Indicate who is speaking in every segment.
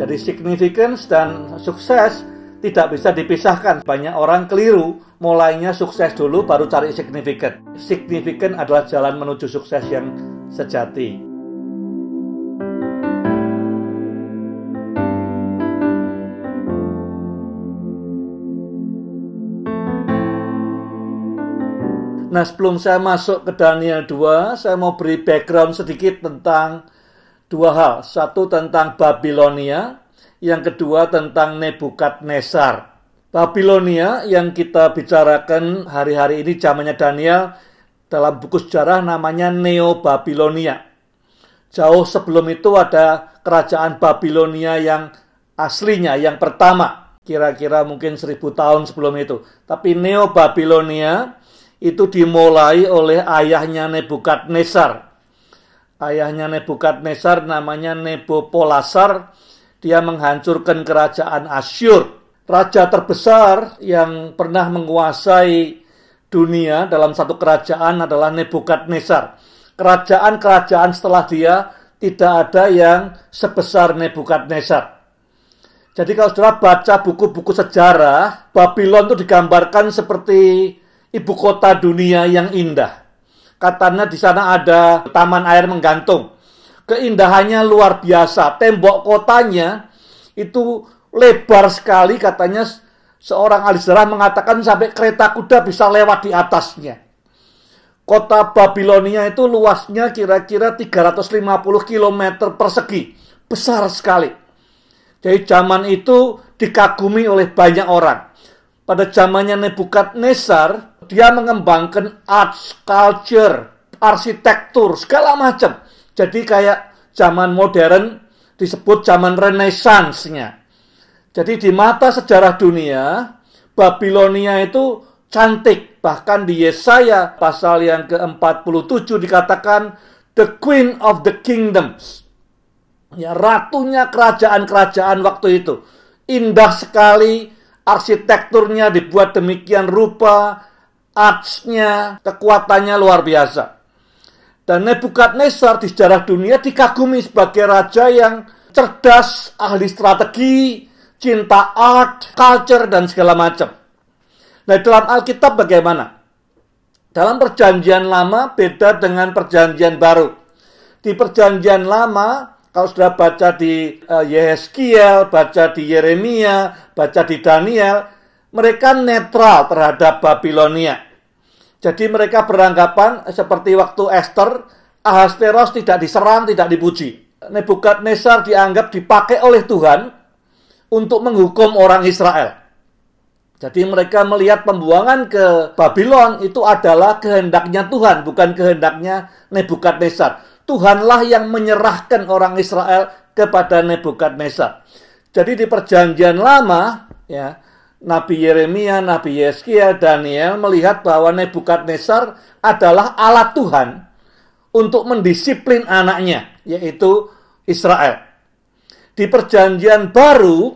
Speaker 1: Jadi significance dan sukses tidak bisa dipisahkan. Banyak orang keliru, mulainya sukses dulu baru cari significant. Significant adalah jalan menuju sukses yang sejati. Nah, sebelum saya masuk ke Daniel 2, saya mau beri background sedikit tentang dua hal. Satu tentang Babilonia, yang kedua tentang Nebukadnezar. Babilonia yang kita bicarakan hari-hari ini zamannya Daniel, dalam buku sejarah namanya Neo-Babilonia. Jauh sebelum itu ada kerajaan Babilonia yang aslinya, yang pertama. Kira-kira mungkin 1000 tahun sebelum itu. Tapi Neo-Babilonia itu dimulai oleh ayahnya Nebukadnezar. Ayahnya Nebukadnezar namanya Nebopolasar. Dia menghancurkan kerajaan Asyur. Raja terbesar yang pernah menguasai dunia dalam satu kerajaan adalah Nebukadnezar. Kerajaan-kerajaan setelah dia tidak ada yang sebesar Nebukadnezar. Jadi kalau saudara baca buku-buku sejarah, Babylon itu digambarkan seperti ibu kota dunia yang indah. Katanya di sana ada taman air menggantung. Keindahannya luar biasa. Tembok kotanya itu lebar sekali, katanya seorang ahli sejarah mengatakan sampai kereta kuda bisa lewat di atasnya. Kota Babilonia itu luasnya kira-kira 350 km persegi. Besar sekali. Jadi zaman itu dikagumi oleh banyak orang. Pada zamannya Nebukadnezar, dia mengembangkan arts, culture, arsitektur, segala macam. Jadi kayak zaman modern disebut zaman Renaissance-nya. Jadi di mata sejarah dunia, Babilonia itu cantik. Bahkan di Yesaya pasal yang ke-47 dikatakan the Queen of the Kingdoms. Ya, ratunya kerajaan-kerajaan waktu itu. Indah sekali, arsitekturnya dibuat demikian rupa, artsnya, kekuatannya luar biasa. Dan Nebukadnezar di sejarah dunia dikagumi sebagai raja yang cerdas, ahli strategi, cinta art, culture, dan segala macam. Nah, dalam Alkitab bagaimana? Dalam perjanjian lama beda dengan perjanjian baru. Di perjanjian lama, kalau sudah baca di Yehezkiel, baca di Yeremia, baca di Daniel, mereka netral terhadap Babilonia. Jadi mereka beranggapan seperti waktu Esther, Ahasveros tidak diserang, tidak dipuji. Nebukadnezar dianggap dipakai oleh Tuhan untuk menghukum orang Israel. Jadi mereka melihat pembuangan ke Babylon itu adalah kehendaknya Tuhan, bukan kehendaknya Nebukadnezar. Tuhanlah yang menyerahkan orang Israel kepada Nebukadnezar. Jadi di perjanjian lama, ya, Nabi Yeremia, Nabi Yehezkiel, Daniel melihat bahwa Nebukadnezar adalah alat Tuhan untuk mendisiplin anaknya, yaitu Israel. Di perjanjian baru,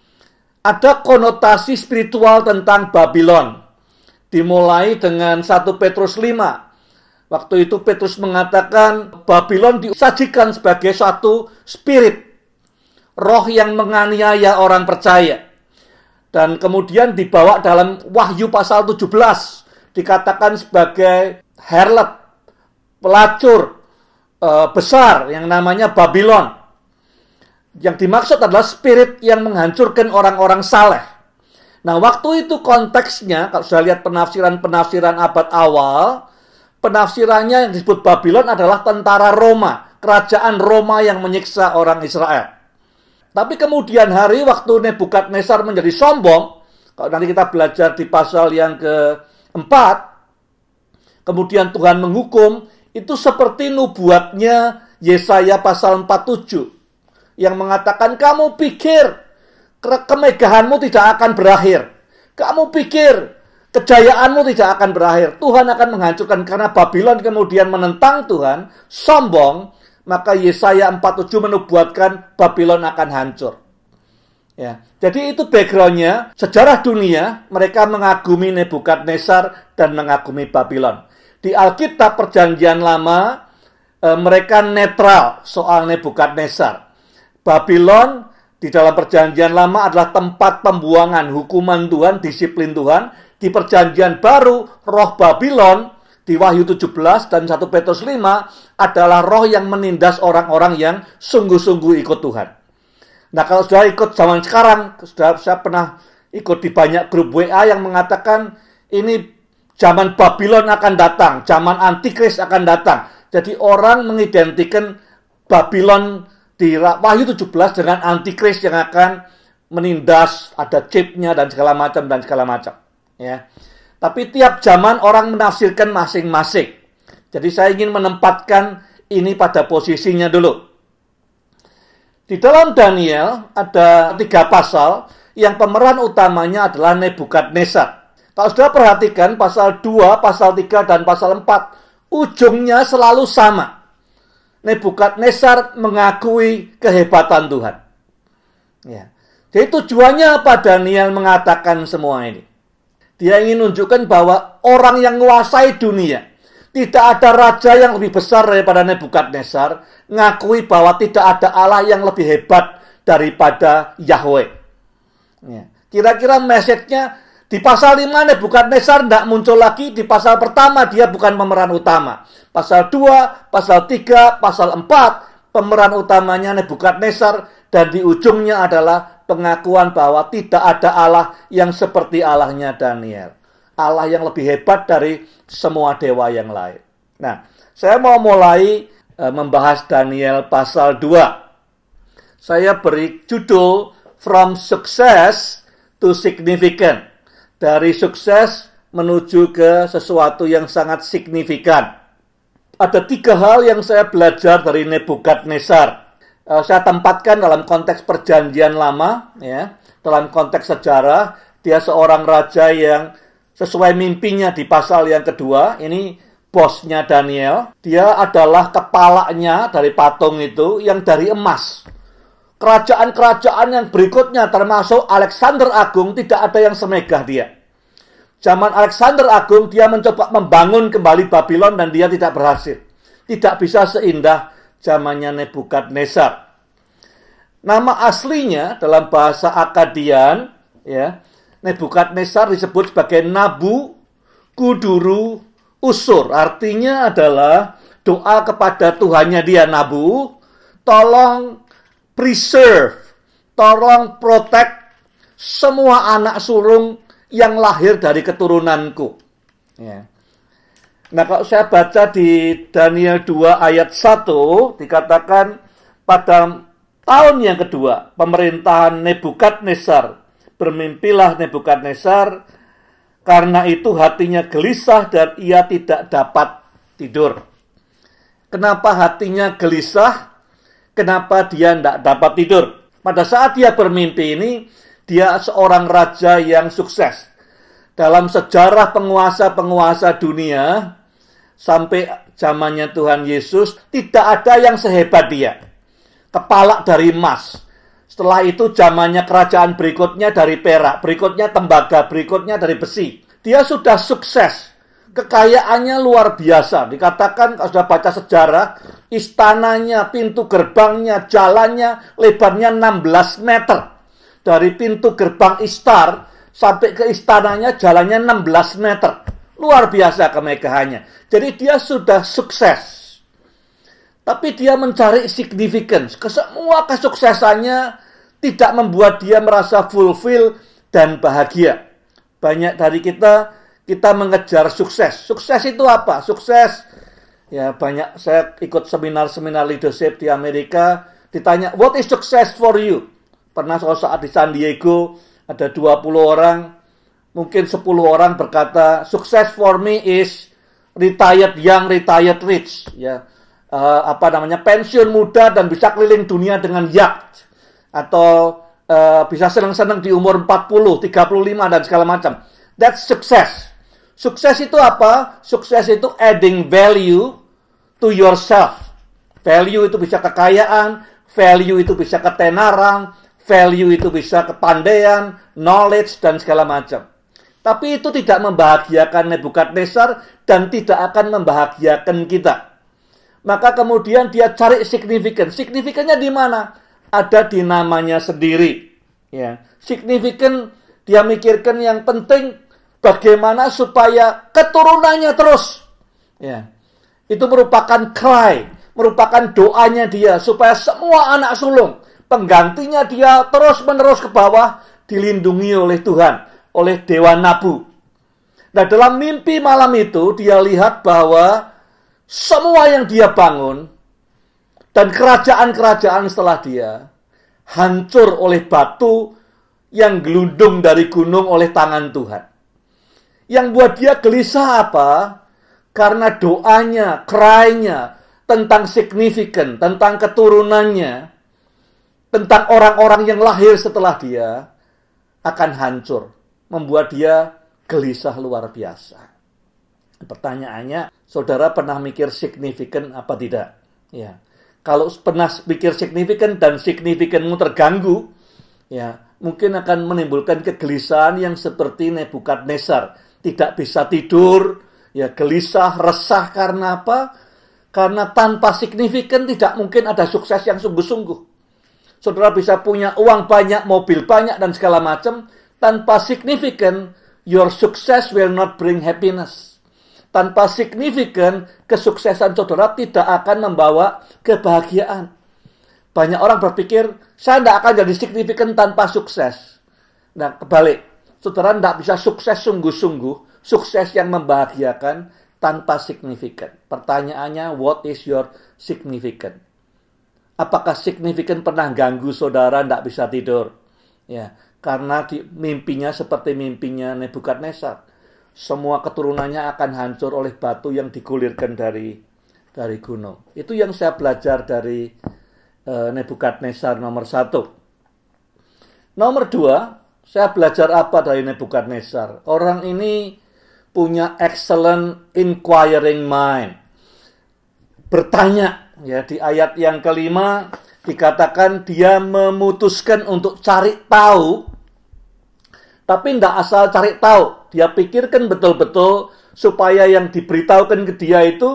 Speaker 1: ada konotasi spiritual tentang Babylon. Dimulai dengan 1 Petrus 5. Waktu itu Petrus mengatakan Babylon disajikan sebagai satu spirit, roh yang menganiaya orang percaya. Dan kemudian dibawa dalam Wahyu pasal 17, dikatakan sebagai harlot, pelacur besar yang namanya Babylon. Yang dimaksud adalah spirit yang menghancurkan orang-orang saleh. Nah, waktu itu konteksnya, kalau sudah lihat penafsiran-penafsiran abad awal, penafsirannya yang disebut Babylon adalah tentara Roma, kerajaan Roma yang menyiksa orang Israel. Tapi kemudian hari waktu Nebukadnezar menjadi sombong, kalau nanti kita belajar di pasal yang ke-4, kemudian Tuhan menghukum, itu seperti nubuatnya Yesaya pasal 47, yang mengatakan kamu pikir kemegahanmu tidak akan berakhir. Kamu pikir kejayaanmu tidak akan berakhir. Tuhan akan menghancurkan karena Babylon kemudian menentang Tuhan, sombong, maka Yesaya 47 menubuatkan Babylon akan hancur. Ya, jadi itu backgroundnya. Sejarah dunia, mereka mengagumi Nebukadnezar dan mengagumi Babylon. Di Alkitab Perjanjian Lama, mereka netral soal Nebukadnezar. Babylon di dalam perjanjian lama adalah tempat pembuangan hukuman Tuhan, disiplin Tuhan. Di perjanjian baru, roh Babylon di Wahyu 17 dan 1 Petrus 5 adalah roh yang menindas orang-orang yang sungguh-sungguh ikut Tuhan. Nah, kalau sudah ikut zaman sekarang, saya pernah ikut di banyak grup WA yang mengatakan ini zaman Babylon akan datang, zaman antikris akan datang. Jadi orang mengidentikan Babylon di Wahyu 17 dengan antikris yang akan menindas, ada chipnya dan segala macam. Ya. Tapi tiap zaman orang menafsirkan masing-masing. Jadi saya ingin menempatkan ini pada posisinya dulu. Di dalam Daniel ada 3 pasal yang pemeran utamanya adalah Nebukadnezar. Kalau sudah perhatikan pasal 2, pasal 3, dan pasal 4, ujungnya selalu sama. Nebukadnezar mengakui kehebatan Tuhan. Ya. Jadi tujuannya apa Daniel mengatakan semua ini? Dia ingin menunjukkan bahwa orang yang menguasai dunia, tidak ada raja yang lebih besar daripada Nebukadnezar, ngakui bahwa tidak ada Allah yang lebih hebat daripada Yahweh. Ya. Kira-kira message-nya di pasal 5 Nebukadnezar tidak muncul lagi, di pasal pertama dia bukan pemeran utama. Pasal 2, pasal 3, pasal 4, pemeran utamanya Nebukadnezar, dan di ujungnya adalah pengakuan bahwa tidak ada Allah yang seperti Allahnya Daniel. Allah yang lebih hebat dari semua dewa yang lain. Nah, saya mau mulai membahas Daniel pasal 2. Saya beri judul From Success to Significant. Dari sukses menuju ke sesuatu yang sangat signifikan. Ada 3 hal yang saya belajar dari Nebukadnezar. Saya tempatkan dalam konteks perjanjian lama, ya, dalam konteks sejarah. Dia seorang raja yang sesuai mimpinya di pasal yang kedua. Ini bosnya Daniel. Dia adalah kepalanya dari patung itu yang dari emas. Kerajaan-kerajaan yang berikutnya termasuk Alexander Agung tidak ada yang semegah dia. Zaman Alexander Agung, dia mencoba membangun kembali Babylon dan dia tidak berhasil. Tidak bisa seindah zamannya Nebukadnezar. Nama aslinya dalam bahasa Akkadian, ya, Nebukadnezar disebut sebagai Nabu Kuduru Usur. Artinya adalah doa kepada Tuhannya dia, Nabu, tolong preserve, tolong protect semua anak sulung yang lahir dari keturunanku. Ya. Nah, kalau saya baca di Daniel 2 ayat 1, dikatakan pada tahun yang kedua pemerintahan Nebukadnezar, bermimpilah Nebukadnezar, karena itu hatinya gelisah dan ia tidak dapat tidur. Kenapa hatinya gelisah? Kenapa dia tidak dapat tidur? Pada saat dia bermimpi ini, dia seorang raja yang sukses. Dalam sejarah penguasa-penguasa dunia, sampai zamannya Tuhan Yesus, tidak ada yang sehebat dia. Kepala dari emas. Setelah itu zamannya kerajaan berikutnya dari perak, berikutnya tembaga, berikutnya dari besi. Dia sudah sukses. Kekayaannya luar biasa. Dikatakan kalau sudah baca sejarah, istananya, pintu gerbangnya, jalannya, lebarnya 16 meter. Dari pintu gerbang Istar sampai ke istananya jalannya 16 meter. Luar biasa kemegahannya. Jadi dia sudah sukses. Tapi dia mencari significance. Semua kesuksesannya tidak membuat dia merasa fulfill dan bahagia. Banyak dari kita mengejar sukses. Sukses itu apa? Sukses, ya banyak, saya ikut seminar-seminar leadership di Amerika, ditanya, what is success for you? Pernah suatu saat di San Diego, ada 20 orang, mungkin 10 orang berkata, success for me is retired young, retired rich. Ya, pensiun muda dan bisa keliling dunia dengan yacht. Atau bisa senang-senang di umur 40, 35 dan segala macam. That's success. Sukses itu apa? Sukses itu adding value to yourself. Value itu bisa kekayaan, value itu bisa ketenaran, value itu bisa kepandaian, knowledge, dan segala macam. Tapi itu tidak membahagiakan Nebukadnezar dan tidak akan membahagiakan kita. Maka kemudian dia cari signifikan. Signifikannya di mana? ada di namanya sendiri. Ya, signifikan dia mikirkan yang penting bagaimana supaya keturunannya terus. Ya, itu merupakan cry, merupakan doanya dia supaya semua anak sulung, penggantinya dia terus-menerus ke bawah dilindungi oleh Tuhan, oleh Dewa Nabu. Nah, dalam mimpi malam itu dia lihat bahwa semua yang dia bangun dan kerajaan-kerajaan setelah dia hancur oleh batu yang gelundung dari gunung oleh tangan Tuhan. Yang buat dia gelisah apa? Karena doanya, cry-nya tentang signifikan, tentang keturunannya, tentang orang-orang yang lahir setelah dia akan hancur, membuat dia gelisah luar biasa. Pertanyaannya, saudara pernah mikir signifikan apa tidak? Ya, kalau pernah mikir signifikan dan signifikanmu terganggu, ya, mungkin akan menimbulkan kegelisahan yang seperti Nebukadnezar, tidak bisa tidur, ya, gelisah, resah karena apa? Karena tanpa signifikan tidak mungkin ada sukses yang sungguh-sungguh. Saudara bisa punya uang banyak, mobil banyak dan segala macam, tanpa signifikan your success will not bring happiness. Tanpa signifikan, kesuksesan saudara tidak akan membawa kebahagiaan. Banyak orang berpikir, saya tidak akan jadi signifikan tanpa sukses. Nah, kebalik. Saudara tidak bisa sukses sungguh-sungguh, sukses yang membahagiakan tanpa signifikan. Pertanyaannya, what is your significant? Apakah signifikan pernah ganggu saudara tidak bisa tidur? Ya, karena mimpinya seperti mimpinya Nebukadnezar. Semua keturunannya akan hancur oleh batu yang digulirkan dari gunung. Itu yang saya belajar dari Nebukadnezar nomor 1. Nomor 2, saya belajar apa dari Nebukadnezar? Orang ini punya excellent inquiring mind. Bertanya, ya, di ayat yang kelima dikatakan dia memutuskan untuk cari tahu, tapi tidak asal cari tahu. Dia pikirkan betul-betul supaya yang diberitahukan ke dia itu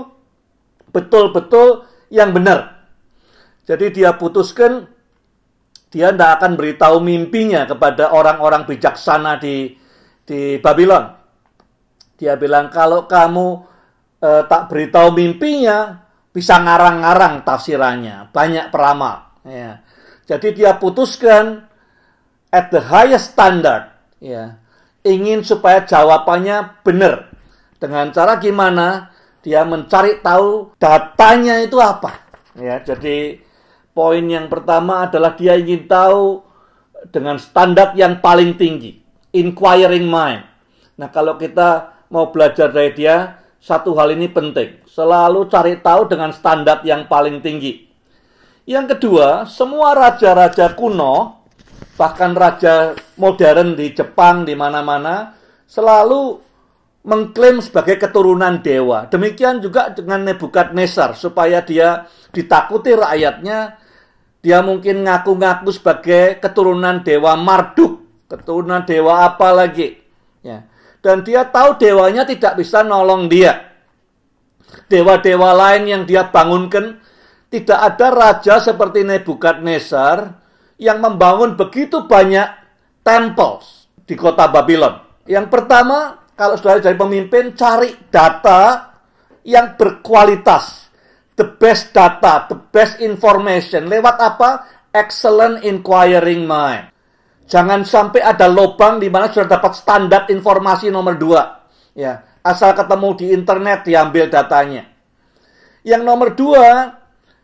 Speaker 1: betul-betul yang benar. Jadi dia putuskan dia tidak akan beritahu mimpinya kepada orang-orang bijaksana di Babylon. Dia bilang, kalau kamu tak beritahu mimpinya, bisa ngarang-ngarang tafsirannya, banyak peramal. Ya. Jadi dia putuskan at the highest standard, ya, ingin supaya jawabannya benar. Dengan cara gimana? Dia mencari tahu datanya itu apa. Ya, jadi poin yang pertama adalah dia ingin tahu dengan standar yang paling tinggi, inquiring mind. Nah, kalau kita mau belajar dari dia, satu hal ini penting. Selalu cari tahu dengan standar yang paling tinggi. Yang kedua, semua raja-raja kuno, bahkan raja modern di Jepang, di mana-mana, selalu mengklaim sebagai keturunan dewa. Demikian juga dengan Nebukadnezar, supaya dia ditakuti rakyatnya, dia mungkin ngaku-ngaku sebagai keturunan dewa Marduk, keturunan dewa apa lagi. Ya. Dan dia tahu dewanya tidak bisa nolong dia. Dewa-dewa lain yang dia bangunkan, tidak ada raja seperti Nebukadnezar yang membangun begitu banyak temples di kota Babylon. Yang pertama, kalau saudara jadi pemimpin, cari data yang berkualitas. The best data, the best information. Lewat apa? Excellent inquiring mind. Jangan sampai ada lubang di mana sudah dapat standar informasi nomor 2. Ya, asal ketemu di internet diambil datanya. Yang nomor 2,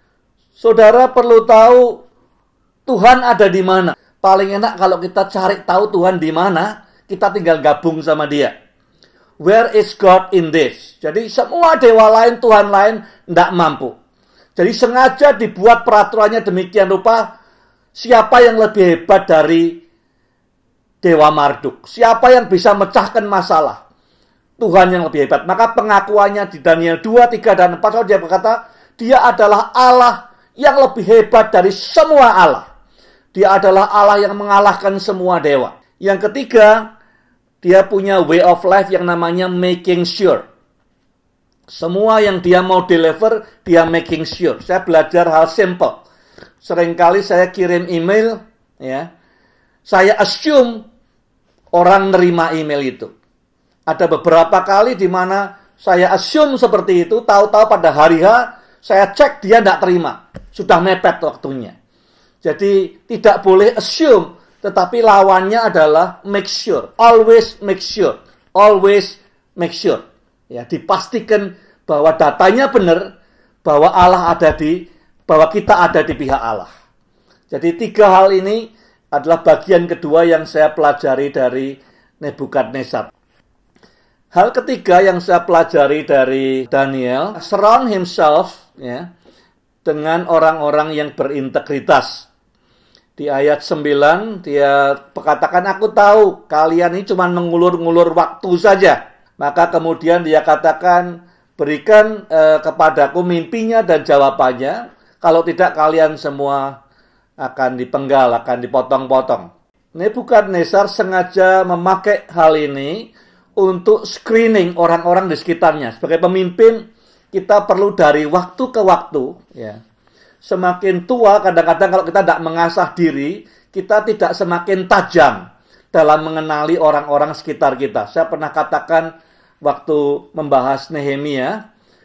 Speaker 1: saudara perlu tahu Tuhan ada di mana. Paling enak kalau kita cari tahu Tuhan di mana, kita tinggal gabung sama dia. Where is God in this? Jadi semua dewa lain, Tuhan lain tidak mampu. Jadi sengaja dibuat peraturannya demikian rupa, siapa yang lebih hebat dari Dewa Marduk? Siapa yang bisa mecahkan masalah? Tuhan yang lebih hebat. Maka pengakuannya di Daniel 2, 3, dan 4, dia berkata, dia adalah Allah yang lebih hebat dari semua Allah. Dia adalah Allah yang mengalahkan semua dewa. Yang ketiga, dia punya way of life yang namanya making sure. Semua yang dia mau deliver, dia making sure. Saya belajar hal simple. Seringkali saya kirim email, ya, saya assume orang nerima email itu. Ada beberapa kali di mana saya assume seperti itu, tahu-tahu pada hari H, saya cek dia tidak terima. Sudah mepet waktunya. Jadi tidak boleh assume, tetapi lawannya adalah make sure. Always make sure. Always make sure. Ya, dipastikan bahwa datanya benar, bahwa bahwa kita ada di pihak Allah. Jadi 3 hal ini adalah bagian kedua yang saya pelajari dari Nebukadnezar. Hal ketiga yang saya pelajari dari Daniel, surround himself, ya, dengan orang-orang yang berintegritas. Di ayat 9, dia katakan, aku tahu kalian ini cuma mengulur-ngulur waktu saja. Maka kemudian dia katakan, berikan kepadaku mimpinya dan jawabannya. Kalau tidak, kalian semua akan dipenggal, akan dipotong-potong. Nebukadnezar sengaja memakai hal ini untuk screening orang-orang di sekitarnya. Sebagai pemimpin, kita perlu dari waktu ke waktu, ya. Semakin tua, kadang-kadang kalau kita tidak mengasah diri, kita tidak semakin tajam dalam mengenali orang-orang sekitar kita. Saya pernah katakan waktu membahas Nehemia,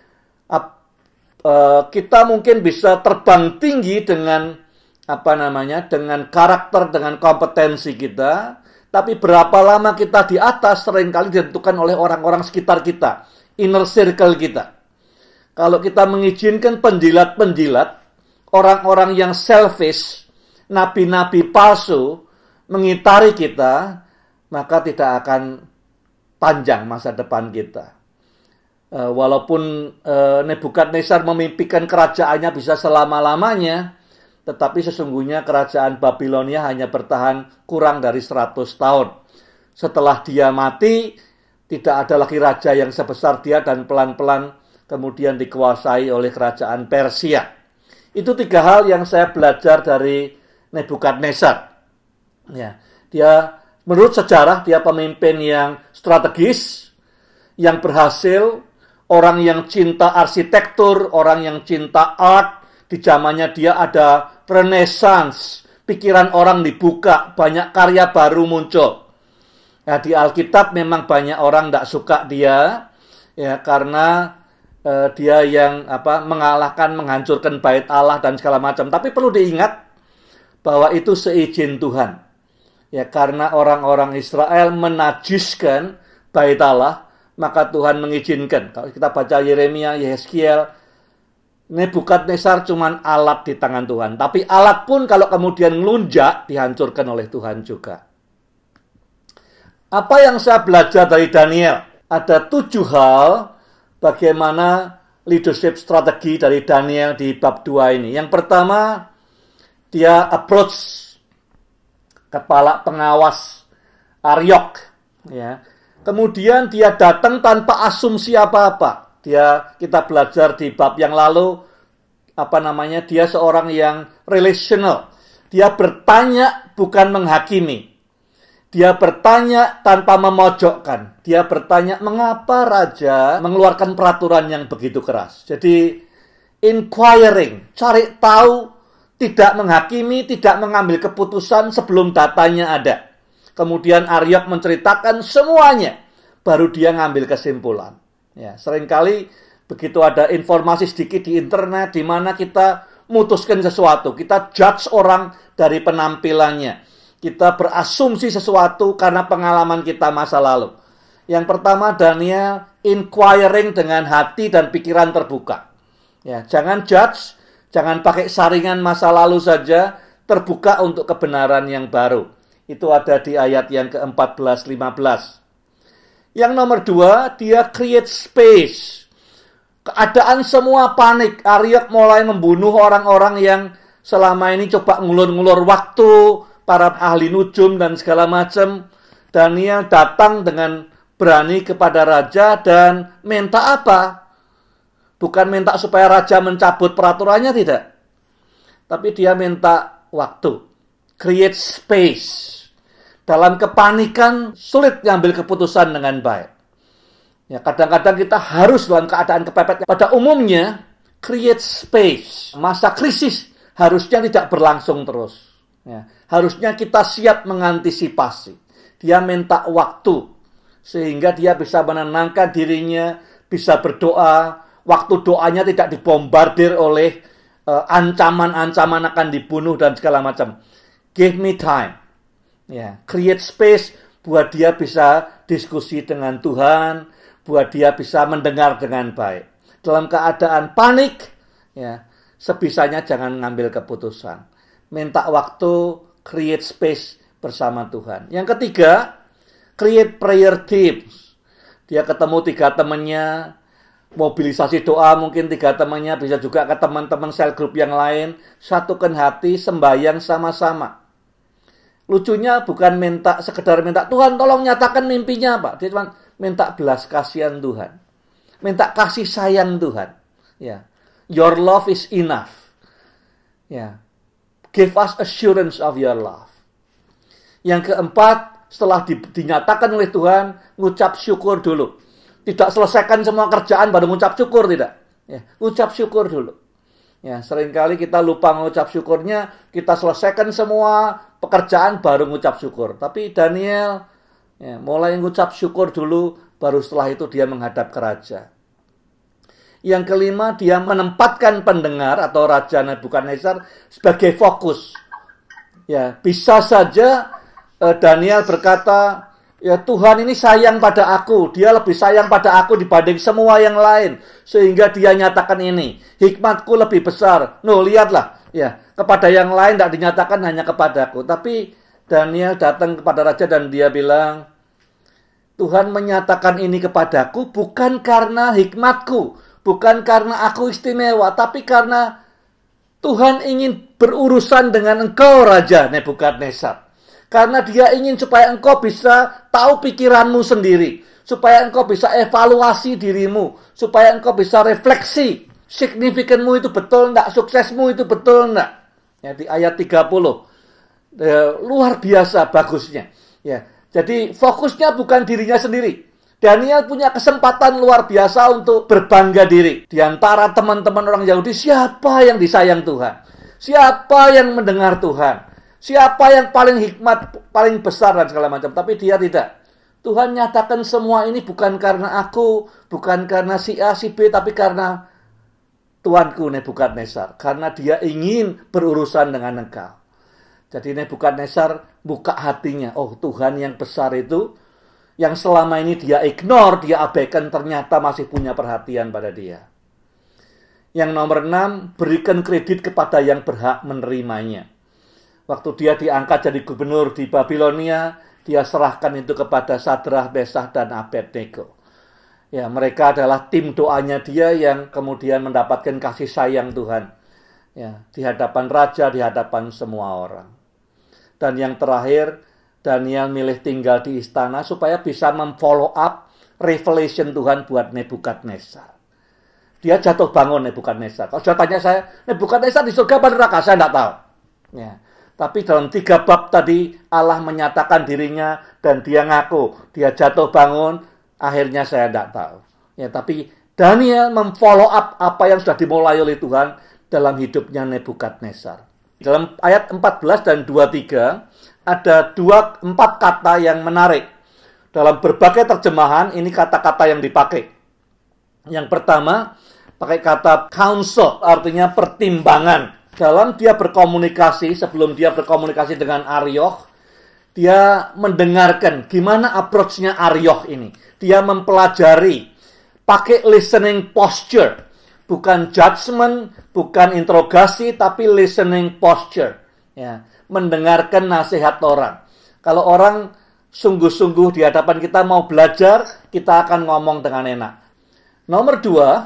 Speaker 1: kita mungkin bisa terbang tinggi dengan dengan karakter, dengan kompetensi kita, tapi berapa lama kita di atas seringkali ditentukan oleh orang-orang sekitar kita, inner circle kita. Kalau kita mengizinkan penjilat-penjilat, orang-orang yang selfish, nabi-nabi palsu, mengitari kita, maka tidak akan panjang masa depan kita. Walaupun Nebukadnezar memimpikan kerajaannya bisa selama-lamanya, tetapi sesungguhnya kerajaan Babilonia hanya bertahan kurang dari 100 tahun. Setelah dia mati, tidak ada lagi raja yang sebesar dia dan pelan-pelan kemudian dikuasai oleh kerajaan Persia. Itu 3 hal yang saya belajar dari Nebukadnezar. Ya, dia menurut sejarah dia pemimpin yang strategis, yang berhasil, orang yang cinta arsitektur, orang yang cinta art. Di zamannya dia ada Renaissance, pikiran orang dibuka, banyak karya baru muncul. Nah, di Alkitab memang banyak orang tidak suka dia, ya, karena dia yang mengalahkan, menghancurkan bait Allah dan segala macam. Tapi perlu diingat bahwa itu seizin Tuhan. Ya, karena orang-orang Israel menajiskan bait Allah, maka Tuhan mengizinkan. Kalau kita baca Yeremia, Yeskiel, Nebukadnezar cuman alat di tangan Tuhan. Tapi alat pun kalau kemudian ngelunjak, dihancurkan oleh Tuhan juga. Apa yang saya belajar dari Daniel? Ada 7 hal bagaimana leadership strategi dari Daniel di bab 2 ini. Yang pertama, dia approach kepala pengawas Aryok. Ya. Kemudian dia datang tanpa asumsi apa-apa. Kita belajar di bab yang lalu, dia seorang yang relational. Dia bertanya bukan menghakimi. Dia bertanya tanpa memojokkan. Dia bertanya, mengapa raja mengeluarkan peraturan yang begitu keras? Jadi, inquiring, cari tahu, tidak menghakimi, tidak mengambil keputusan sebelum datanya ada. Kemudian Aryok menceritakan semuanya, baru dia ngambil kesimpulan. Ya, seringkali begitu ada informasi sedikit di internet di mana kita mutuskan sesuatu, kita judge orang dari penampilannya. Kita berasumsi sesuatu karena pengalaman kita masa lalu. Yang pertama, Daniel inquiring dengan hati dan pikiran terbuka. Ya, jangan judge, jangan pakai saringan masa lalu saja, terbuka untuk kebenaran yang baru. Itu ada di ayat yang ke-14-15. Yang nomor 2, dia create space. Keadaan semua panik. Aryok mulai membunuh orang-orang yang selama ini coba ngulur-ngulur waktu, para ahli nujum dan segala macam. Daniel datang dengan berani kepada raja dan minta apa? Bukan minta supaya raja mencabut peraturannya, tidak. Tapi dia minta waktu. Create space. Dalam kepanikan, sulit mengambil keputusan dengan baik. Ya, kadang-kadang kita harus dalam keadaan kepepet. Pada umumnya, create space. Masa krisis harusnya tidak berlangsung terus. Ya, harusnya kita siap mengantisipasi. Dia minta waktu sehingga dia bisa menenangkan dirinya, bisa berdoa. Waktu doanya tidak dibombardir oleh ancaman-ancaman akan dibunuh dan segala macam. Give me time. Ya, create space buat dia bisa diskusi dengan Tuhan, buat dia bisa mendengar dengan baik. Dalam keadaan panik, ya, sebisanya jangan ngambil keputusan. Minta waktu, create space bersama Tuhan. Yang ketiga, create prayer teams. Dia ketemu 3 temannya, mobilisasi doa, mungkin 3 temannya, bisa juga ke teman-teman sel group yang lain, satukan hati, sembahyang sama-sama. Lucunya bukan sekedar minta, Tuhan tolong nyatakan mimpinya, Pak. Dia cuma minta belas kasihan Tuhan. Minta kasih sayang Tuhan. Ya. Your love is enough. Ya. Give us assurance of your love. Yang keempat, setelah dinyatakan oleh Tuhan, ngucap syukur dulu. Tidak selesaikan semua kerjaan baru ngucap syukur, tidak. Ya, ngucap syukur dulu. Ya, seringkali kita lupa mengucap syukurnya, kita selesaikan semua pekerjaan baru ngucap syukur. Tapi Daniel mulai ngucap syukur dulu, baru setelah itu dia menghadap ke raja. Yang kelima, dia menempatkan pendengar atau Raja Nebukadnezar sebagai fokus. Ya, bisa saja Daniel berkata, ya Tuhan ini sayang pada aku. Dia lebih sayang pada aku dibanding semua yang lain. Sehingga dia nyatakan ini. Hikmatku lebih besar. Lihatlah. Ya, kepada yang lain tidak dinyatakan, hanya kepadaku. Tapi Daniel datang kepada raja dan dia bilang, Tuhan menyatakan ini kepadaku bukan karena hikmatku. Bukan karena aku istimewa. Tapi karena Tuhan ingin berurusan dengan engkau, Raja Nebukadnezar. Karena dia ingin supaya engkau bisa tahu pikiranmu sendiri. Supaya engkau bisa evaluasi dirimu. Supaya engkau bisa refleksi. Signifikanmu itu betul enggak? Suksesmu itu betul enggak? Ya, di ayat 30. Luar biasa bagusnya. Ya, jadi fokusnya bukan dirinya sendiri. Daniel punya kesempatan luar biasa untuk berbangga diri. Di antara teman-teman orang Yahudi, siapa yang disayang Tuhan? Siapa yang mendengar Tuhan? Siapa yang paling hikmat, paling besar dan segala macam. Tapi dia tidak. Tuhan nyatakan semua ini bukan karena aku, bukan karena si A, si B, tapi karena Tuanku Nebukadnezar. Karena dia ingin berurusan dengan engkau. Jadi Nebukadnezar buka hatinya. Oh, Tuhan yang besar itu, yang selama ini dia ignore, dia abaikan, ternyata masih punya perhatian pada dia. Yang nomor 6, berikan kredit kepada yang berhak menerimanya. Waktu dia diangkat jadi gubernur di Babilonia, dia serahkan itu kepada Sadrah, Mesakh, dan Abednego. Ya, mereka adalah tim doanya dia yang kemudian mendapatkan kasih sayang Tuhan. Ya, di hadapan raja, di hadapan semua orang. Dan yang terakhir, Daniel milih tinggal di istana supaya bisa memfollow up revelation Tuhan buat Nebukadnezar. Dia jatuh bangun Nebukadnezar. Kalau sudah tanya saya, Nebukadnezar di surga apa neraka? Saya tidak tahu. Ya. Tapi dalam 3 bab tadi, Allah menyatakan dirinya dan dia ngaku. Dia jatuh bangun, akhirnya saya tidak tahu. Ya, tapi Daniel memfollow up apa yang sudah dimulai oleh Tuhan dalam hidupnya Nebukadnezar. Dalam ayat 14 dan 23, ada 4 kata yang menarik. Dalam berbagai terjemahan, ini kata-kata yang dipakai. Yang pertama, pakai kata counsel, artinya pertimbangan. Dalam dia berkomunikasi, sebelum dia berkomunikasi dengan Arioch, dia mendengarkan gimana approach-nya Arioch ini. Dia mempelajari, pakai listening posture. Bukan judgment, bukan interogasi, tapi listening posture. Ya. Mendengarkan nasihat orang. Kalau orang sungguh-sungguh di hadapan kita mau belajar, kita akan ngomong dengan enak. Nomor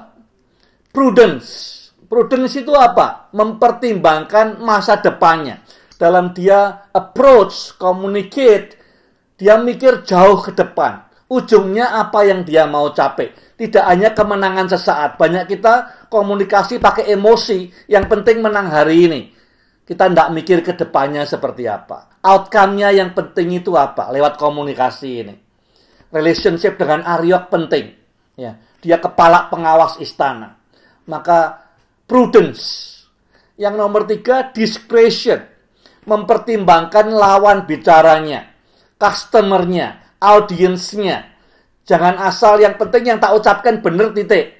Speaker 1: 2, prudence. Prudence itu apa? Mempertimbangkan masa depannya. Dalam dia approach, communicate, dia mikir jauh ke depan. Ujungnya apa yang dia mau capai. Tidak hanya kemenangan sesaat. Banyak kita komunikasi pakai emosi. Yang penting menang hari ini. Kita tidak mikir ke depannya seperti apa. Outcome-nya yang penting itu apa? Lewat komunikasi ini. Relationship dengan Arioch penting. Ya, dia kepala pengawas istana. Maka prudence. Yang nomor 3, discretion. Mempertimbangkan lawan bicaranya, customer-nya, audiensnya. Jangan asal yang penting yang tak ucapkan benar titik.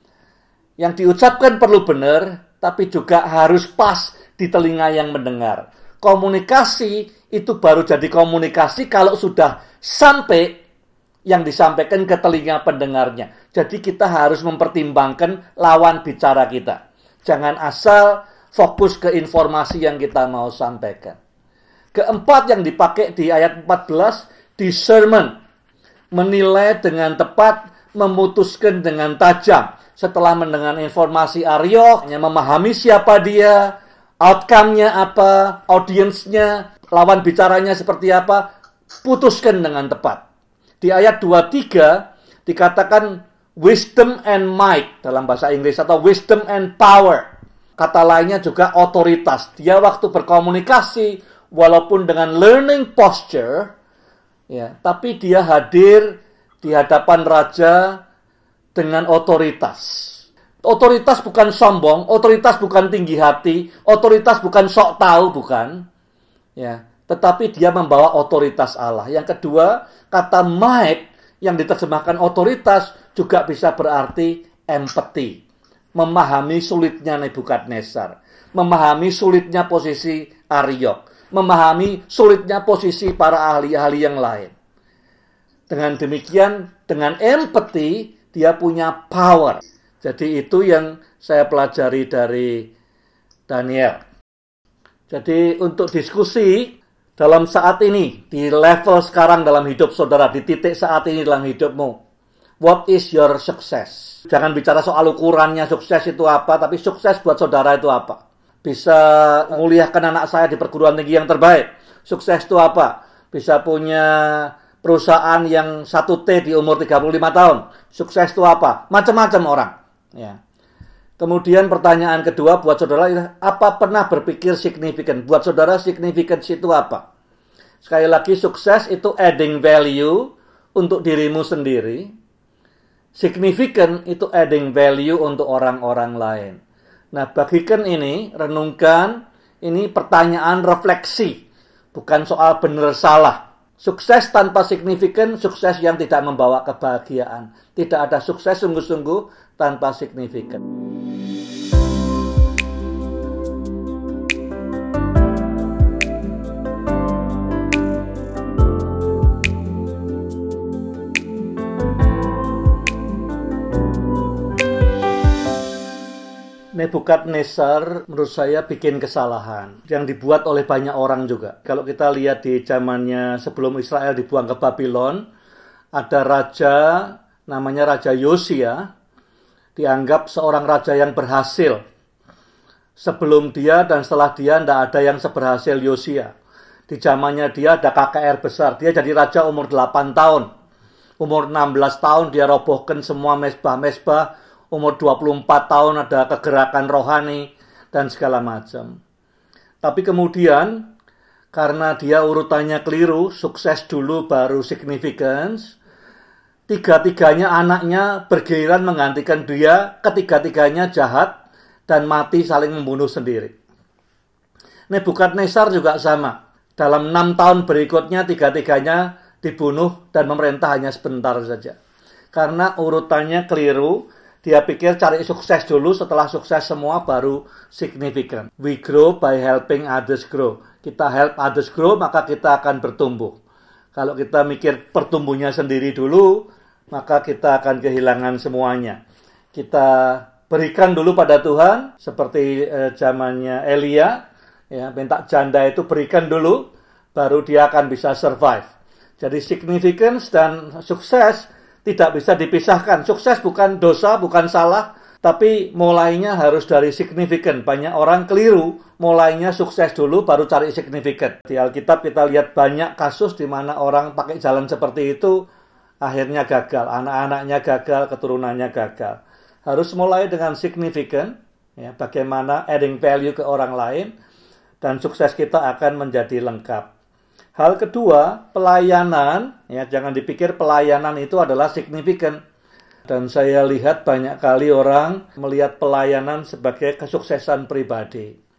Speaker 1: Yang diucapkan perlu benar, tapi juga harus pas di telinga yang mendengar. Komunikasi itu baru jadi komunikasi kalau sudah sampai yang disampaikan ke telinga pendengarnya. Jadi kita harus mempertimbangkan lawan bicara kita. Jangan asal fokus ke informasi yang kita mau sampaikan. Keempat yang dipakai di ayat 14, discernment. Menilai dengan tepat, memutuskan dengan tajam. Setelah mendengar informasi Aryo, memahami siapa dia, outcome-nya apa, audiensnya, lawan bicaranya seperti apa, putuskan dengan tepat. Di ayat 23 dikatakan wisdom and might dalam bahasa Inggris, atau wisdom and power. Kata lainnya juga otoritas. Dia waktu berkomunikasi, walaupun dengan learning posture, ya, tapi dia hadir di hadapan raja dengan otoritas. Otoritas bukan sombong, otoritas bukan tinggi hati, otoritas bukan sok tahu, bukan. Ya, tetapi dia membawa otoritas Allah. Yang kedua, kata might yang diterjemahkan otoritas juga bisa berarti empathy. Memahami sulitnya Nebukadnezar, memahami sulitnya posisi Aryok, memahami sulitnya posisi para ahli-ahli yang lain. Dengan demikian, dengan empathy, dia punya power. Jadi itu yang saya pelajari dari Daniel. Jadi untuk diskusi dalam saat ini, di level sekarang dalam hidup saudara, di titik saat ini dalam hidupmu, what is your success? Jangan bicara soal ukurannya sukses itu apa, tapi sukses buat saudara itu apa? Bisa menguliahkan anak saya di perguruan tinggi yang terbaik. Sukses itu apa? Bisa punya perusahaan yang 1T di umur 35 tahun. Sukses itu apa? Macam-macam orang. Ya. Kemudian pertanyaan kedua buat saudara, apa pernah berpikir signifikan? Buat saudara significance itu apa? Sekali lagi, sukses itu adding value untuk dirimu sendiri. Significant itu adding value untuk orang-orang lain. Nah, bagikan ini, renungkan, ini pertanyaan refleksi. Bukan soal benar salah. Sukses tanpa signifikan, sukses yang tidak membawa kebahagiaan. Tidak ada sukses sungguh-sungguh tanpa signifikan. Nebukadnezar menurut saya bikin kesalahan yang dibuat oleh banyak orang juga. Kalau kita lihat di zamannya sebelum Israel dibuang ke Babylon, ada raja namanya Raja Yosia, dianggap seorang raja yang berhasil. Sebelum dia dan setelah dia tidak ada yang seberhasil Yosia. Di zamannya dia ada KKR besar. Dia jadi raja umur 8 tahun. Umur 16 tahun dia robohkan semua mesbah-mesbah. Umur 24 tahun ada kegerakan rohani dan segala macam. Tapi kemudian karena dia urutannya keliru, sukses dulu baru significance, tiga-tiganya anaknya bergiliran menggantikan dia, ketiga-tiganya jahat dan mati saling membunuh sendiri. Nebukadnezar juga sama. Dalam 6 tahun berikutnya tiga-tiganya dibunuh dan memerintah hanya sebentar saja. Karena urutannya keliru, dia pikir cari sukses dulu, setelah sukses semua baru signifikan. We grow by helping others grow. Kita help others grow, maka kita akan bertumbuh. Kalau kita mikir pertumbuhnya sendiri dulu, maka kita akan kehilangan semuanya. Kita berikan dulu pada Tuhan, seperti zamannya Elia, ya, minta janda itu berikan dulu, baru dia akan bisa survive. Jadi significance dan sukses tidak bisa dipisahkan. Sukses bukan dosa, bukan salah, tapi mulainya harus dari signifikan. Banyak orang keliru, mulainya sukses dulu, baru cari signifikan. Di Alkitab kita lihat banyak kasus di mana orang pakai jalan seperti itu, akhirnya gagal. Anak-anaknya gagal, keturunannya gagal. Harus mulai dengan signifikan, ya, bagaimana adding value ke orang lain, dan sukses kita akan menjadi lengkap. Hal kedua, pelayanan, ya, jangan dipikir pelayanan itu adalah signifikan. Dan saya lihat banyak kali orang melihat pelayanan sebagai kesuksesan pribadi.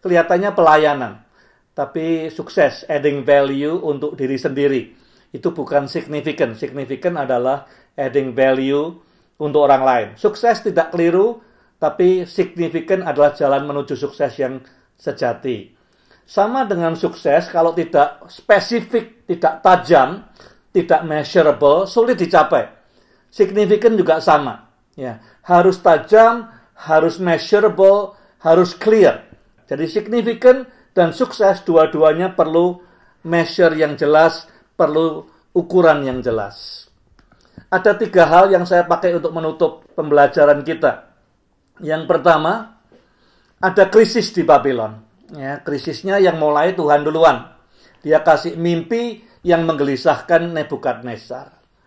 Speaker 1: kelihatannya pelayanan. Tapi sukses, adding value untuk diri sendiri. Itu bukan signifikan. Signifikan adalah adding value untuk orang lain. Sukses tidak keliru, tapi signifikan adalah jalan menuju sukses yang sejati. Sama dengan sukses, kalau tidak spesifik, tidak tajam, tidak measurable, sulit dicapai. Signifikan juga sama. Ya, harus tajam, harus measurable, harus clear. Jadi signifikan dan sukses dua-duanya perlu measure yang jelas, perlu ukuran yang jelas. Ada 3 hal yang saya pakai untuk menutup pembelajaran kita. Yang pertama, ada krisis di Babylon. Ya, krisisnya yang mulai Tuhan duluan. Dia kasih mimpi yang menggelisahkan Nebukadnezar.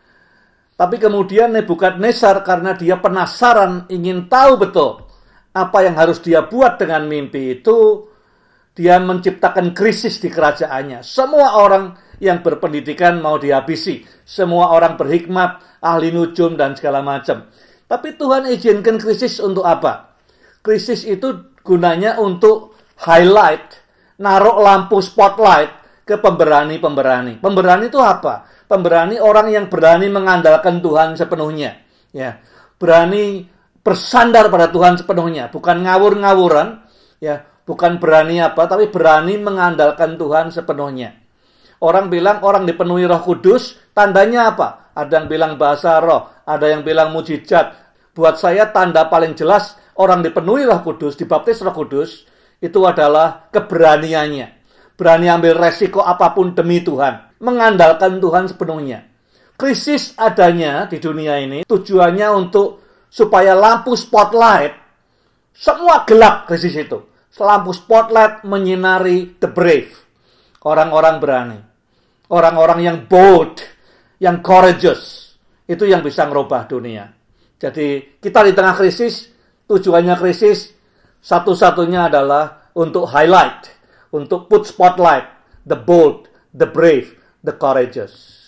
Speaker 1: Tapi kemudian Nebukadnezar karena dia penasaran, ingin tahu betul apa yang harus dia buat dengan mimpi itu, dia menciptakan krisis di kerajaannya. Semua orang yang berpendidikan mau dihabisi. Semua orang berhikmat, ahli nujum, dan segala macam. Tapi Tuhan izinkan krisis untuk apa? Krisis itu gunanya untuk highlight, naruh lampu spotlight ke pemberani-pemberani. Pemberani itu apa? Pemberani orang yang berani mengandalkan Tuhan sepenuhnya. Ya, berani bersandar pada Tuhan sepenuhnya. Bukan ngawur-ngawuran, ya, bukan berani apa, tapi berani mengandalkan Tuhan sepenuhnya. Orang bilang orang dipenuhi Roh Kudus, tandanya apa? Ada yang bilang bahasa roh, ada yang bilang mujizat. Buat saya tanda paling jelas orang dipenuhi Roh Kudus, dibaptis Roh Kudus, itu adalah keberaniannya. Berani ambil resiko apapun demi Tuhan. Mengandalkan Tuhan sepenuhnya. Krisis adanya di dunia ini, tujuannya untuk supaya lampu spotlight, semua gelap krisis itu. Lampu spotlight menyinari the brave. Orang-orang berani. Orang-orang yang bold, yang courageous. Itu yang bisa merubah dunia. Jadi kita di tengah krisis, tujuannya krisis, satu-satunya adalah untuk highlight, untuk put spotlight, the bold, the brave, the courageous.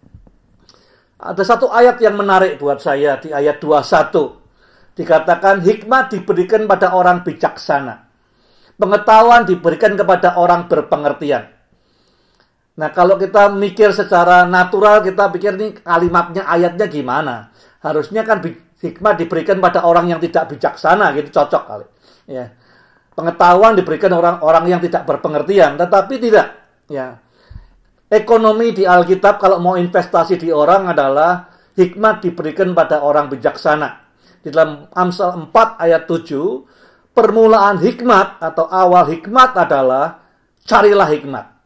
Speaker 1: Ada satu ayat yang menarik buat saya di ayat 21. Dikatakan hikmat diberikan pada orang bijaksana. Pengetahuan diberikan kepada orang berpengertian. Nah, kalau kita mikir secara natural, kita pikir nih kalimatnya, ayatnya gimana? Harusnya kan hikmat diberikan pada orang yang tidak bijaksana, gitu cocok kali. Ya. Pengetahuan diberikan orang-orang yang tidak berpengertian, tetapi tidak. Ya. Ekonomi di Alkitab kalau mau investasi di orang adalah hikmat diberikan pada orang bijaksana. Di dalam Amsal 4 ayat 7, permulaan hikmat atau awal hikmat adalah carilah hikmat.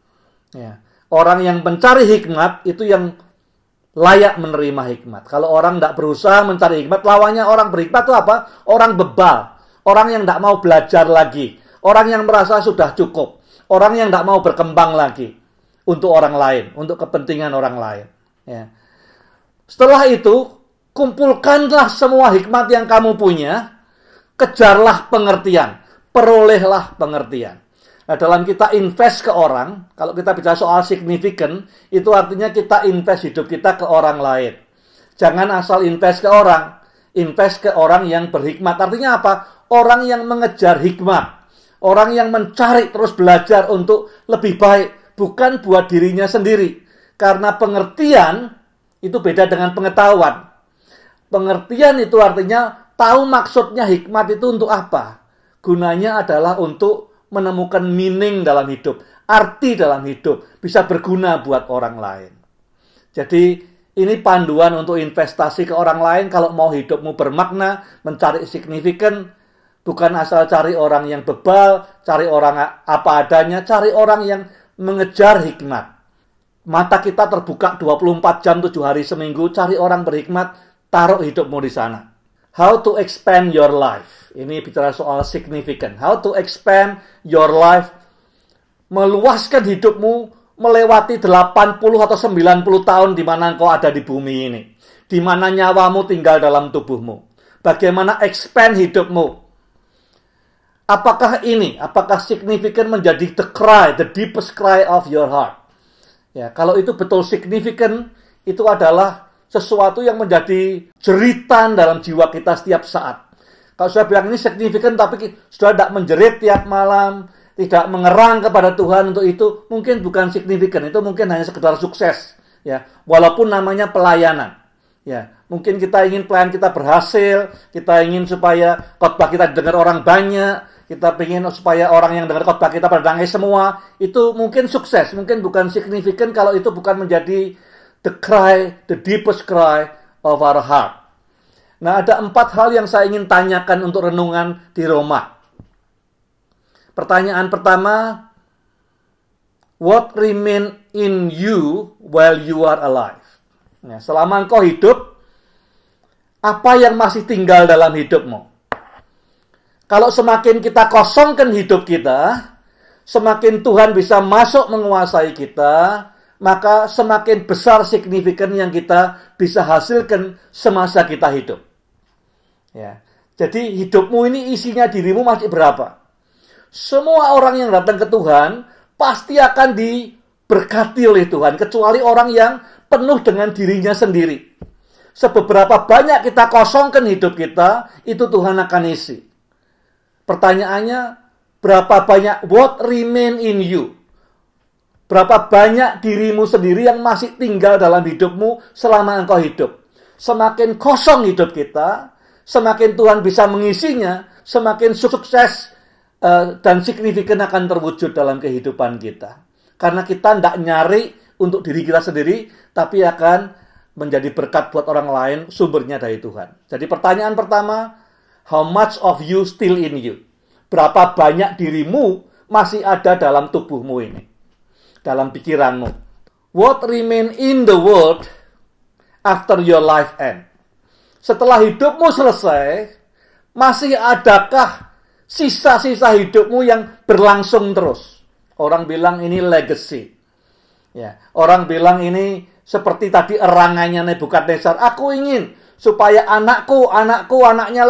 Speaker 1: Ya. Orang yang mencari hikmat itu yang layak menerima hikmat. Kalau orang tidak berusaha mencari hikmat, lawannya orang berhikmat itu apa? Orang bebal. Orang yang tidak mau belajar lagi. Orang yang merasa sudah cukup. Orang yang tidak mau berkembang lagi. Untuk orang lain. Untuk kepentingan orang lain. Ya. Setelah itu, kumpulkanlah semua hikmat yang kamu punya. Kejarlah pengertian. Perolehlah pengertian. Nah, dalam kita invest ke orang, kalau kita bicara soal signifikan, itu artinya kita invest hidup kita ke orang lain. Jangan asal invest ke orang. Invest ke orang yang berhikmat. Artinya apa? Orang yang mengejar hikmat. Orang yang mencari terus belajar untuk lebih baik. Bukan buat dirinya sendiri. Karena pengertian itu beda dengan pengetahuan. Pengertian itu artinya tahu maksudnya hikmat itu untuk apa. Gunanya adalah untuk menemukan meaning dalam hidup, arti dalam hidup, bisa berguna buat orang lain. Jadi ini panduan untuk investasi ke orang lain. Kalau mau hidupmu bermakna, mencari signifikan, bukan asal cari orang yang bebal, cari orang apa adanya, cari orang yang mengejar hikmat. Mata kita terbuka 24 jam 7 hari seminggu, cari orang berhikmat, taruh hidupmu di sana. How to expand your life. Ini bicara soal signifikan. How to expand your life. Meluaskan hidupmu melewati 80 atau 90 tahun di mana engkau ada di bumi ini. Di mana nyawamu tinggal dalam tubuhmu. Bagaimana expand hidupmu. Apakah ini? Apakah signifikan menjadi the cry, the deepest cry of your heart? Ya, kalau itu betul signifikan, itu adalah sesuatu yang menjadi jeritan dalam jiwa kita setiap saat. Kalau saudara bilang ini signifikan tapi saudara tidak menjerit tiap malam, tidak mengerang kepada Tuhan untuk itu, mungkin bukan signifikan. Itu mungkin hanya sekedar sukses, ya. Walaupun namanya pelayanan, ya. Mungkin kita ingin pelayan kita berhasil, kita ingin supaya khotbah kita didengar orang banyak, kita ingin supaya orang yang dengar khotbah kita pada nangis semua. Itu mungkin sukses, mungkin bukan signifikan kalau itu bukan menjadi the cry, the deepest cry of our heart. Nah, ada 4 hal yang saya ingin tanyakan untuk renungan di Roma. Pertanyaan pertama, what remain in you while you are alive? Nah, selama engkau hidup, apa yang masih tinggal dalam hidupmu? Kalau semakin kita kosongkan hidup kita, semakin Tuhan bisa masuk menguasai kita, maka semakin besar signifikan yang kita bisa hasilkan semasa kita hidup. Ya. Jadi hidupmu ini isinya dirimu masih berapa? Semua orang yang datang ke Tuhan pasti akan diberkati oleh Tuhan, kecuali orang yang penuh dengan dirinya sendiri. Seberapa banyak kita kosongkan hidup kita, itu Tuhan akan isi. Pertanyaannya, berapa banyak what remain in you? Berapa banyak dirimu sendiri yang masih tinggal dalam hidupmu selama engkau hidup? Semakin kosong hidup kita, semakin Tuhan bisa mengisinya, semakin sukses dan signifikan akan terwujud dalam kehidupan kita. Karena kita tidak nyari untuk diri kita sendiri, tapi akan menjadi berkat buat orang lain, sumbernya dari Tuhan. Jadi pertanyaan pertama, how much of you still in you? Berapa banyak dirimu masih ada dalam tubuhmu ini? Dalam pikiranmu. What remain in the world after your life end? Setelah hidupmu selesai, masih adakah sisa-sisa hidupmu yang berlangsung terus? Orang bilang ini legacy. Ya, orang bilang ini seperti tadi erangannya Nebukadnezar. Aku ingin supaya anakku, anaknya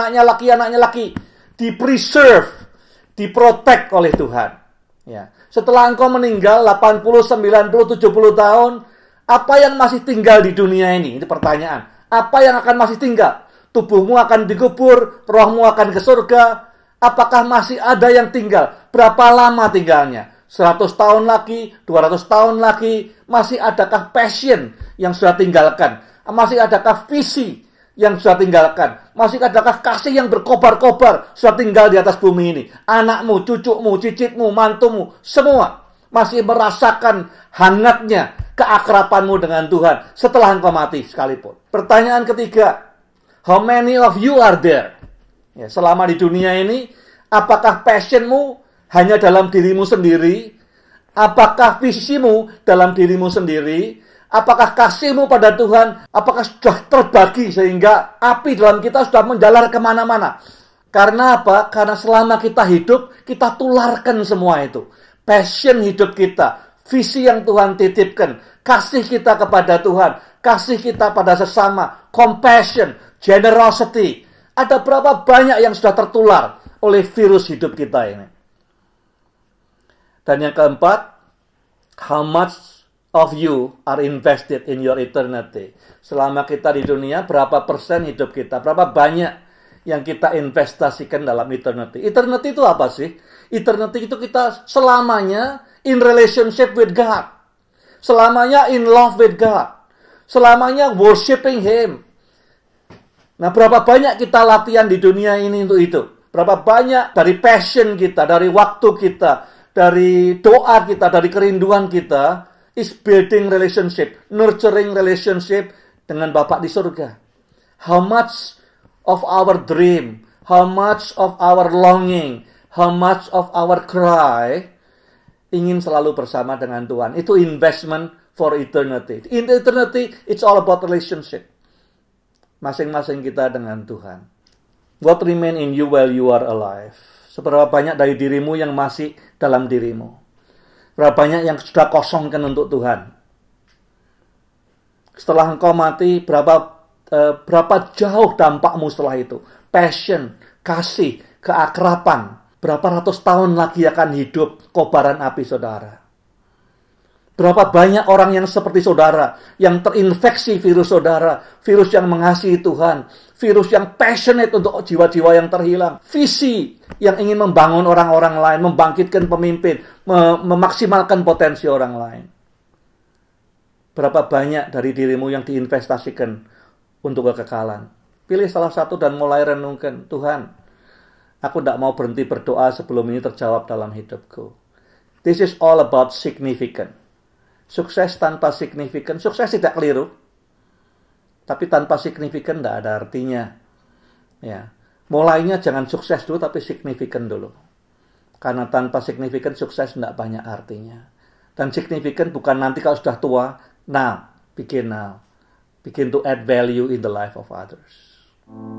Speaker 1: laki, di-preserve, diprotect oleh Tuhan. Ya. Setelah engkau meninggal 80, 90, 70 tahun, apa yang masih tinggal di dunia ini? Itu pertanyaan. Apa yang akan masih tinggal? Tubuhmu akan dikubur, rohmu akan ke surga. Apakah masih ada yang tinggal? Berapa lama tinggalnya? 100 tahun lagi, 200 tahun lagi, masih adakah passion yang sudah tinggalkan? Masih adakah visi yang sudah tinggalkan? Masih adakah kasih yang berkobar-kobar sudah tinggal di atas bumi ini? Anakmu, cucumu, cicitmu, mantumu, semua masih merasakan hangatnya keakrabanmu dengan Tuhan setelah engkau mati sekalipun. Pertanyaan ketiga, how many of you are there? Ya, selama di dunia ini, apakah passionmu hanya dalam dirimu sendiri? Apakah visimu dalam dirimu sendiri? Apakah kasihmu pada Tuhan? Apakah sudah terbagi sehingga api dalam kita sudah menjalar kemana-mana? Karena apa? Karena selama kita hidup, kita tularkan semua itu. Passion hidup kita, visi yang Tuhan titipkan, kasih kita kepada Tuhan, kasih kita pada sesama, compassion, generosity. Ada berapa banyak yang sudah tertular oleh virus hidup kita ini? Dan yang keempat, how much of you are invested in your eternity? Selama kita di dunia, berapa persen hidup kita? Berapa banyak yang kita investasikan dalam eternity? Eternity itu apa sih? Eternity itu kita selamanya in relationship with God. Selamanya in love with God. Selamanya worshiping Him. Nah, berapa banyak kita latihan di dunia ini untuk itu? Berapa banyak dari passion kita, dari waktu kita, dari doa kita, dari kerinduan kita, is building relationship, nurturing relationship dengan Bapa di surga. How much of our dream, how much of our longing, how much of our cry, ingin selalu bersama dengan Tuhan. Itu investment for eternity. In eternity, it's all about relationship. Masing-masing kita dengan Tuhan. What remain in you while you are alive? Seberapa banyak dari dirimu yang masih dalam dirimu? Berapa banyak yang sudah kosongkan untuk Tuhan? Setelah engkau mati, berapa jauh dampakmu setelah itu? Passion, kasih, keakraban. Berapa ratus tahun lagi akan hidup kobaran api saudara? Berapa banyak orang yang seperti saudara, yang terinfeksi virus saudara, virus yang mengasihi Tuhan, virus yang passionate untuk jiwa-jiwa yang terhilang, visi yang ingin membangun orang-orang lain, membangkitkan pemimpin, memaksimalkan potensi orang lain. Berapa banyak dari dirimu yang diinvestasikan untuk kekekalan? Pilih salah satu dan mulai renungkan, Tuhan, aku tidak mau berhenti berdoa sebelum ini terjawab dalam hidupku. This is all about significant. Sukses tanpa signifikan, sukses tidak keliru. Tapi tanpa signifikan tidak ada artinya. Ya. Mulainya jangan sukses dulu, tapi signifikan dulu. Karena tanpa signifikan, sukses tidak banyak artinya. Dan signifikan bukan nanti kalau sudah tua, now. Begin now. Begin to add value in the life of others.